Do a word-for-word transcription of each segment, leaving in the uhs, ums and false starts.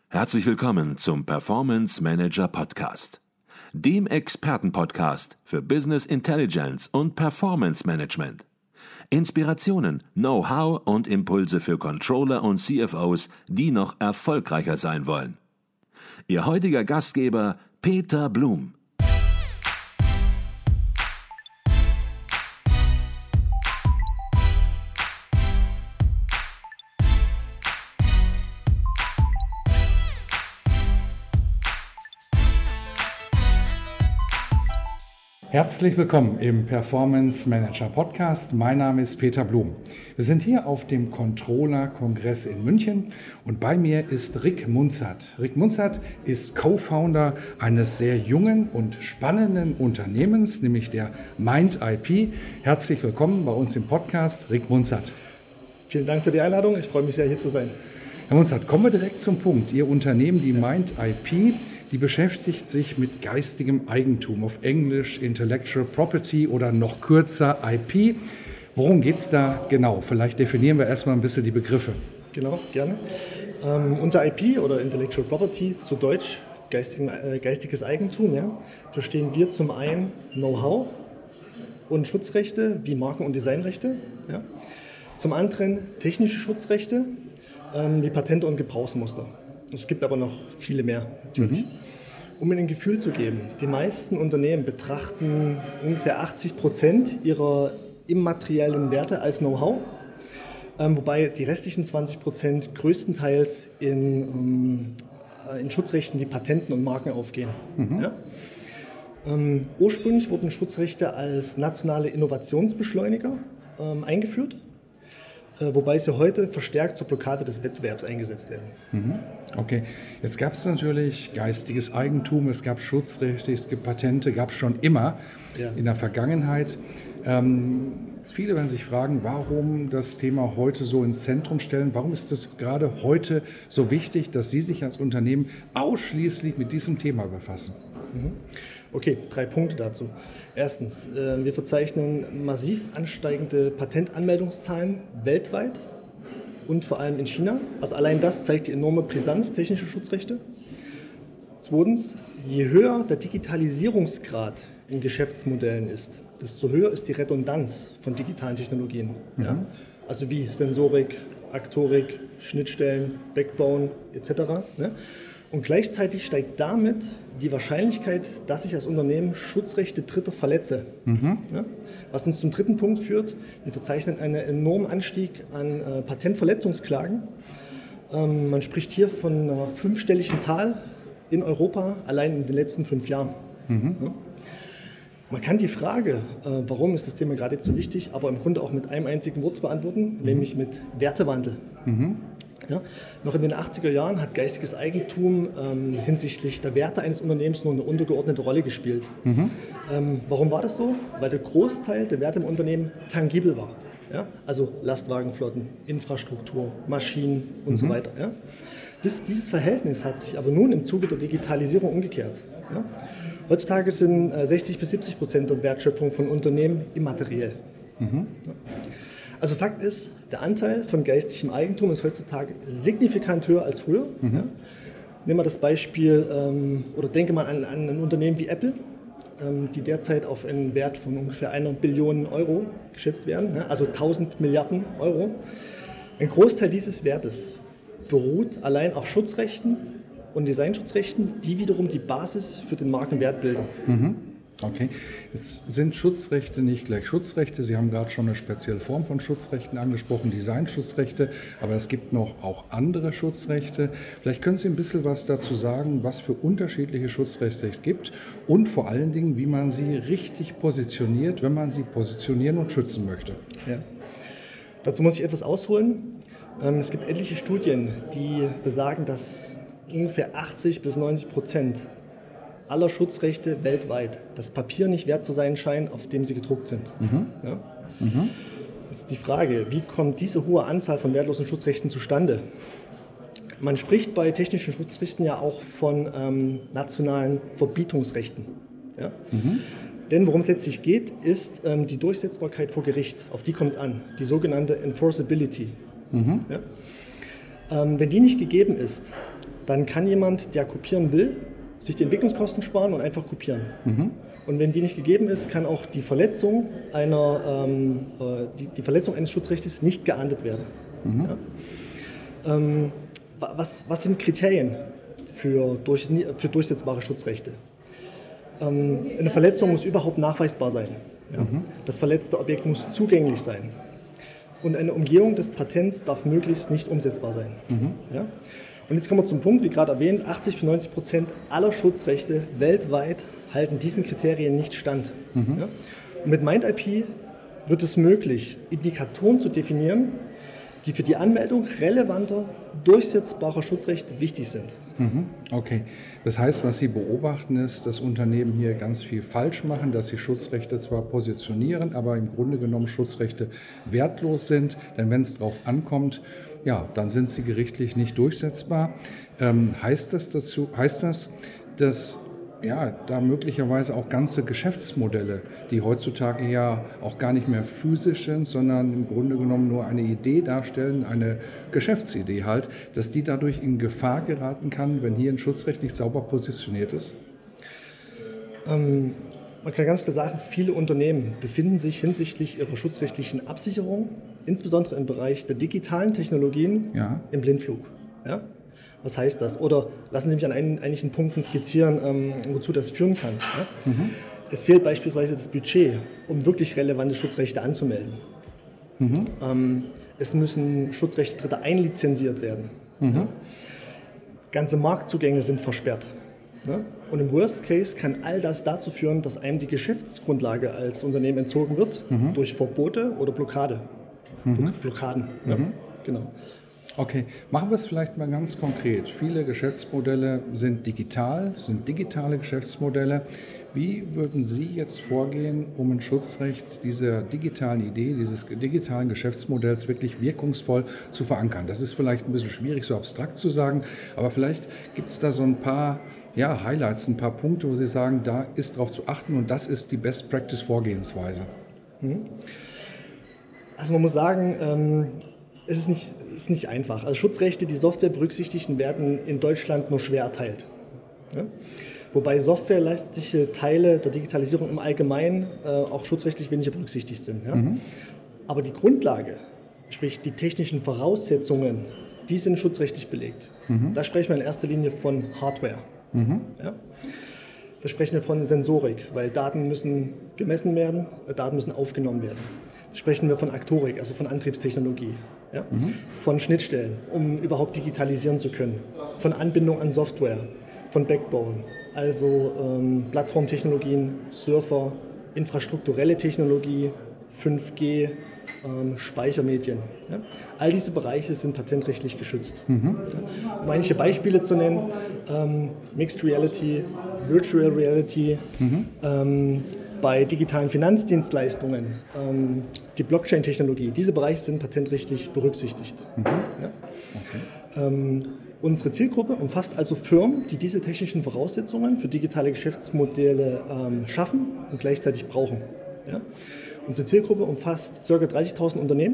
Herzlich willkommen zum Performance Manager Podcast, dem Expertenpodcast für Business Intelligence und Performance Management. Inspirationen, Know-how und Impulse für Controller und C F Os, die noch erfolgreicher sein wollen. Ihr heutiger Gastgeber Peter Blum. Herzlich willkommen im Performance Manager Podcast. Mein Name ist Peter Blum. Wir sind hier auf dem Controller-Kongress in München und bei mir ist Rick Munzert. Rick Munzert ist Co-Founder eines sehr jungen und spannenden Unternehmens, nämlich der Mind I P. Herzlich willkommen bei uns im Podcast, Rick Munzert. Vielen Dank für die Einladung. Ich freue mich sehr, hier zu sein. Herr Munzert, kommen wir direkt zum Punkt. Ihr Unternehmen, die Mind I P, die beschäftigt sich mit geistigem Eigentum, auf Englisch Intellectual Property oder noch kürzer I P. Worum geht es da genau? Vielleicht definieren wir erstmal ein bisschen die Begriffe. Genau, gerne. Ähm, unter I P oder Intellectual Property, zu Deutsch geistig, äh, geistiges Eigentum, ja, verstehen wir zum einen Know-how und Schutzrechte wie Marken- und Designrechte. Ja. Zum anderen technische Schutzrechte ähm, wie Patente und Gebrauchsmuster. Es gibt aber noch viele mehr, natürlich. Mhm. Um Ihnen ein Gefühl zu geben, die meisten Unternehmen betrachten ungefähr achtzig Prozent ihrer immateriellen Werte als Know-how, ähm, wobei die restlichen zwanzig Prozent größtenteils in, ähm, in Schutzrechten wie Patenten und Marken aufgehen. Mhm. Ja? Ähm, ursprünglich wurden Schutzrechte als nationale Innovationsbeschleuniger ähm, eingeführt, wobei sie heute verstärkt zur Blockade des Wettbewerbs eingesetzt werden. Okay, jetzt gab es natürlich geistiges Eigentum, es gab Schutzrechte, es gibt Patente, gab es schon immer ja. in der Vergangenheit. Ähm, viele werden sich fragen, warum das Thema heute so ins Zentrum stellen. Warum ist es gerade heute so wichtig, dass Sie sich als Unternehmen ausschließlich mit diesem Thema befassen? Mhm. Okay, drei Punkte dazu. Erstens, äh, wir verzeichnen massiv ansteigende Patentanmeldungszahlen weltweit und vor allem in China. Also allein das zeigt die enorme Brisanz technischer Schutzrechte. Zweitens, je höher der Digitalisierungsgrad in Geschäftsmodellen ist, desto höher ist die Redundanz von digitalen Technologien. Mhm. Ja? Also wie Sensorik, Aktorik, Schnittstellen, Backbone et cetera. Ne? Und gleichzeitig steigt damit die Wahrscheinlichkeit, dass ich als Unternehmen Schutzrechte Dritter verletze. Mhm. Ja? Was uns zum dritten Punkt führt, wir verzeichnen einen enormen Anstieg an äh, Patentverletzungsklagen. Ähm, man spricht hier von einer fünfstelligen Zahl in Europa, allein in den letzten fünf Jahren. Mhm. Ja? Man kann die Frage, äh, warum ist das Thema gerade so wichtig, aber im Grunde auch mit einem einzigen Wort beantworten, mhm. nämlich mit Wertewandel. Mhm. Ja, noch in den achtziger Jahren hat geistiges Eigentum ähm, hinsichtlich der Werte eines Unternehmens nur eine untergeordnete Rolle gespielt. Mhm. Ähm, warum war das so? Weil der Großteil der Werte im Unternehmen tangibel war. Ja? Also Lastwagenflotten, Infrastruktur, Maschinen und mhm. so weiter. Ja? Das, dieses Verhältnis hat sich aber nun im Zuge der Digitalisierung umgekehrt. Ja? Heutzutage sind äh, sechzig bis siebzig Prozent der Wertschöpfung von Unternehmen immateriell. Mhm. Ja? Also Fakt ist, der Anteil von geistigem Eigentum ist heutzutage signifikant höher als früher. Mhm. Ja. Nehmen wir das Beispiel, ähm, oder denke mal an, an ein Unternehmen wie Apple, ähm, die derzeit auf einen Wert von ungefähr einer Billion Euro geschätzt werden, ja, also tausend Milliarden Euro. Ein Großteil dieses Wertes beruht allein auf Schutzrechten und Designschutzrechten, die wiederum die Basis für den Markenwert bilden. Mhm. Okay, jetzt sind Schutzrechte nicht gleich Schutzrechte. Sie haben gerade schon eine spezielle Form von Schutzrechten angesprochen, Designschutzrechte, aber es gibt noch auch andere Schutzrechte. Vielleicht können Sie ein bisschen was dazu sagen, was für unterschiedliche Schutzrechte es gibt und vor allen Dingen, wie man sie richtig positioniert, wenn man sie positionieren und schützen möchte. Ja. Dazu muss ich etwas ausholen. Es gibt etliche Studien, die besagen, dass ungefähr achtzig bis neunzig Prozent aller Schutzrechte weltweit das Papier nicht wert zu sein scheinen, auf dem sie gedruckt sind. Mhm. Ja? Mhm. Jetzt die Frage, wie kommt diese hohe Anzahl von wertlosen Schutzrechten zustande? Man spricht bei technischen Schutzrechten ja auch von ähm, nationalen Verbietungsrechten. Ja? Mhm. Denn worum es letztlich geht, ist ähm, die Durchsetzbarkeit vor Gericht. Auf die kommt es an, die sogenannte Enforceability. Mhm. Ja? Ähm, wenn die nicht gegeben ist, dann kann jemand, der kopieren will, sich die Entwicklungskosten sparen und einfach kopieren. Mhm. Und wenn die nicht gegeben ist, kann auch die Verletzung, einer, ähm, die, die Verletzung eines Schutzrechtes nicht geahndet werden. Mhm. Ja? Ähm, was, was sind Kriterien für, durch, für durchsetzbare Schutzrechte? Ähm, eine Verletzung muss überhaupt nachweisbar sein. Ja? Mhm. Das verletzte Objekt muss zugänglich sein. Und eine Umgehung des Patents darf möglichst nicht umsetzbar sein. Mhm. Ja? Und jetzt kommen wir zum Punkt, wie gerade erwähnt, achtzig bis neunzig Prozent aller Schutzrechte weltweit halten diesen Kriterien nicht stand. Mhm. Ja? Und mit MindIP wird es möglich, Indikatoren zu definieren, die für die Anmeldung relevanter, durchsetzbarer Schutzrechte wichtig sind. Mhm. Okay, das heißt, was Sie beobachten ist, dass Unternehmen hier ganz viel falsch machen, dass sie Schutzrechte zwar positionieren, aber im Grunde genommen Schutzrechte wertlos sind, denn wenn es darauf ankommt, ja, dann sind sie gerichtlich nicht durchsetzbar. Ähm, heißt das dazu, heißt das, dass ja, da möglicherweise auch ganze Geschäftsmodelle, die heutzutage ja auch gar nicht mehr physisch sind, sondern im Grunde genommen nur eine Idee darstellen, eine Geschäftsidee halt, dass die dadurch in Gefahr geraten kann, wenn hier ein Schutzrecht nicht sauber positioniert ist? Ähm, man kann ganz klar sagen, viele Unternehmen befinden sich hinsichtlich ihrer schutzrechtlichen Absicherung, insbesondere im Bereich der digitalen Technologien, ja. im Blindflug. Ja? Was heißt das? Oder lassen Sie mich an ein, einigen Punkten skizzieren, ähm, wozu das führen kann. Ja? Mhm. Es fehlt beispielsweise das Budget, um wirklich relevante Schutzrechte anzumelden. Mhm. Ähm, es müssen Schutzrechte Dritter einlizenziert werden. Mhm. Ja? Ganze Marktzugänge sind versperrt. Ja? Und im Worst Case kann all das dazu führen, dass einem die Geschäftsgrundlage als Unternehmen entzogen wird, mhm. durch Verbote oder Blockade. Mhm. Blockaden. Ja? Mhm. Genau. Okay, machen wir es vielleicht mal ganz konkret. Viele Geschäftsmodelle sind digital, sind digitale Geschäftsmodelle. Wie würden Sie jetzt vorgehen, um ein Schutzrecht dieser digitalen Idee, dieses digitalen Geschäftsmodells wirklich wirkungsvoll zu verankern? Das ist vielleicht ein bisschen schwierig, so abstrakt zu sagen, aber vielleicht gibt es da so ein paar ja, Highlights, ein paar Punkte, wo Sie sagen, da ist darauf zu achten und das ist die Best-Practice-Vorgehensweise. Also man muss sagen, ähm Es ist nicht, ist nicht einfach. Also Schutzrechte, die Software berücksichtigten, werden in Deutschland nur schwer erteilt. Ja? Wobei softwarelastige Teile der Digitalisierung im Allgemeinen äh, auch schutzrechtlich weniger berücksichtigt sind. Ja? Mhm. Aber die Grundlage, sprich die technischen Voraussetzungen, die sind schutzrechtlich belegt. Mhm. Da sprechen wir in erster Linie von Hardware. Mhm. Ja? Da sprechen wir von Sensorik, weil Daten müssen gemessen werden, Daten müssen aufgenommen werden. Da sprechen wir von Aktorik, also von Antriebstechnologie. Ja? Mhm. Von Schnittstellen, um überhaupt digitalisieren zu können. Von Anbindung an Software, von Backbone, also ähm, Plattformtechnologien, Surfer, infrastrukturelle Technologie, fünf G, ähm, Speichermedien. Ja? All diese Bereiche sind patentrechtlich geschützt. Mhm. Ja? Um einige Beispiele zu nennen, ähm, Mixed Reality, Virtual Reality, mhm. ähm, bei digitalen Finanzdienstleistungen, ähm, die Blockchain-Technologie, diese Bereiche sind patentrechtlich berücksichtigt. Mhm. Ja? Okay. Ähm, unsere Zielgruppe umfasst also Firmen, die diese technischen Voraussetzungen für digitale Geschäftsmodelle ähm, schaffen und gleichzeitig brauchen. Ja? Unsere Zielgruppe umfasst ca. dreißigtausend Unternehmen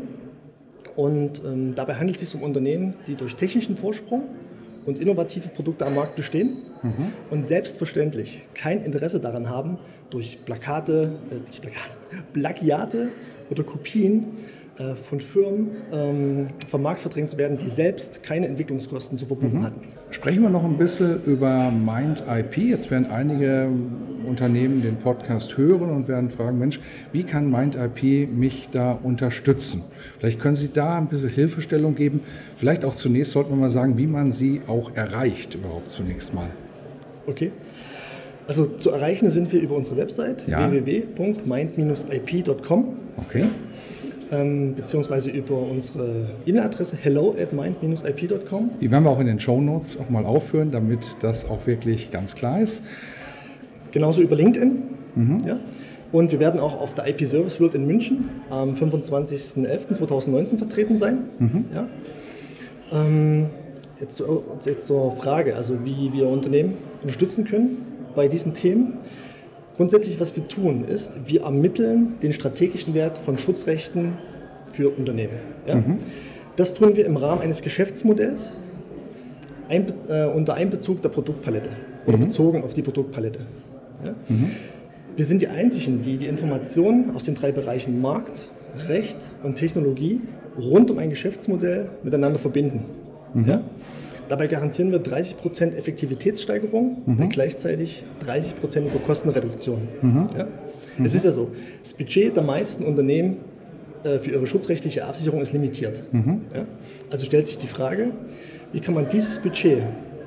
und ähm, dabei handelt es sich um Unternehmen, die durch technischen Vorsprung und innovative Produkte am Markt bestehen mhm. und selbstverständlich kein Interesse daran haben, durch Plakate, äh, nicht Plakate, Plagiate oder Kopien äh, von Firmen ähm, vom Markt verdrängt zu werden, die selbst keine Entwicklungskosten zu verbuchen mhm. hatten. Sprechen wir noch ein bisschen über MindIP. Jetzt werden einige Unternehmen den Podcast hören und werden fragen, Mensch, wie kann MindIP mich da unterstützen? Vielleicht können Sie da ein bisschen Hilfestellung geben. Vielleicht auch zunächst sollten wir mal sagen, wie man Sie auch erreicht überhaupt zunächst mal. Okay. Also zu erreichen sind wir über unsere Website ja. w w w punkt mind dash i p punkt com. Okay. Ähm, beziehungsweise über unsere E-Mail-Adresse hello at mind dash i p punkt com. Die werden wir auch in den Shownotes auch mal aufführen, damit das auch wirklich ganz klar ist. Genauso über LinkedIn. Mhm. Ja. Und wir werden auch auf der I P Service World in München am fünfundzwanzigsten elften zweitausendneunzehn vertreten sein. Mhm. Ja. Ähm, jetzt, jetzt zur Frage, also wie wir Unternehmen unterstützen können bei diesen Themen. Grundsätzlich, was wir tun, ist, wir ermitteln den strategischen Wert von Schutzrechten für Unternehmen. Ja? Mhm. Das tun wir im Rahmen eines Geschäftsmodells ein, äh, unter Einbezug der Produktpalette oder mhm. bezogen auf die Produktpalette. Ja? Mhm. Wir sind die Einzigen, die die Informationen aus den drei Bereichen Markt, Recht und Technologie rund um ein Geschäftsmodell miteinander verbinden. Mhm. Ja? Dabei garantieren wir dreißig Prozent Effektivitätssteigerung mhm. und gleichzeitig dreißig Prozent Kostenreduktion. Mhm. Ja? Mhm. Es ist ja so, das Budget der meisten Unternehmen äh, für ihre schutzrechtliche Absicherung ist limitiert. Mhm. Ja? Also stellt sich die Frage, wie kann man dieses Budget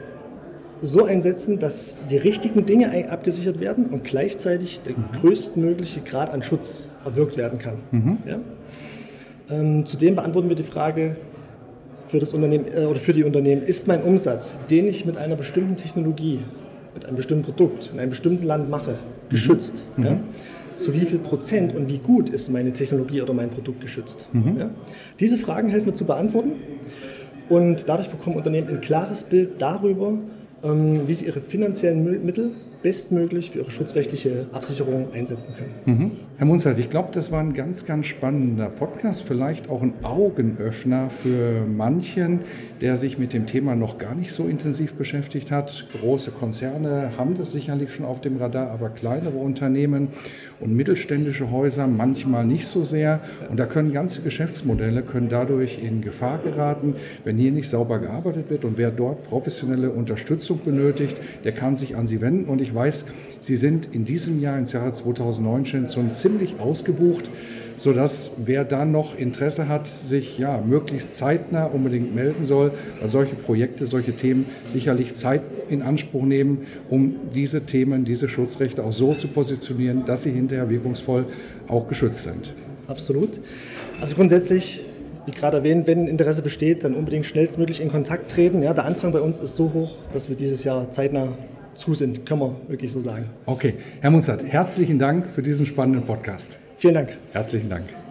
so einsetzen, dass die richtigen Dinge abgesichert werden und gleichzeitig der mhm. größtmögliche Grad an Schutz erwirkt werden kann. Mhm. Ja? Ähm, zudem beantworten wir die Frage für das Unternehmen äh, oder für die Unternehmen: Ist mein Umsatz, den ich mit einer bestimmten Technologie, mit einem bestimmten Produkt in einem bestimmten Land mache, geschützt? Mhm. Ja? Zu wie viel Prozent und wie gut ist meine Technologie oder mein Produkt geschützt? Mhm. Ja? Diese Fragen helfen wir zu beantworten und dadurch bekommen Unternehmen ein klares Bild darüber, ähm, wie sie ihre finanziellen Mittel bestmöglich für ihre schutzrechtliche Absicherung einsetzen können. Mhm. Herr Munzert, ich glaube, das war ein ganz, ganz spannender Podcast, vielleicht auch ein Augenöffner für manchen, der sich mit dem Thema noch gar nicht so intensiv beschäftigt hat. Große Konzerne haben das sicherlich schon auf dem Radar, aber kleinere Unternehmen und mittelständische Häuser manchmal nicht so sehr. Und da können ganze Geschäftsmodelle können dadurch in Gefahr geraten, wenn hier nicht sauber gearbeitet wird. Und wer dort professionelle Unterstützung benötigt, der kann sich an Sie wenden. Und ich weiß, Sie sind in diesem Jahr, ins Jahr zweitausendneunzehn, schon ziemlich ausgebucht, sodass wer da noch Interesse hat, sich ja möglichst zeitnah unbedingt melden soll, weil solche Projekte, solche Themen sicherlich Zeit in Anspruch nehmen, um diese Themen, diese Schutzrechte auch so zu positionieren, dass sie hinterher wirkungsvoll auch geschützt sind. Absolut. Also grundsätzlich, wie gerade erwähnt, wenn Interesse besteht, dann unbedingt schnellstmöglich in Kontakt treten. Ja, der Andrang bei uns ist so hoch, dass wir dieses Jahr zeitnah zu sind, kann man wirklich so sagen. Okay, Herr Munzert, herzlichen Dank für diesen spannenden Podcast. Vielen Dank. Herzlichen Dank.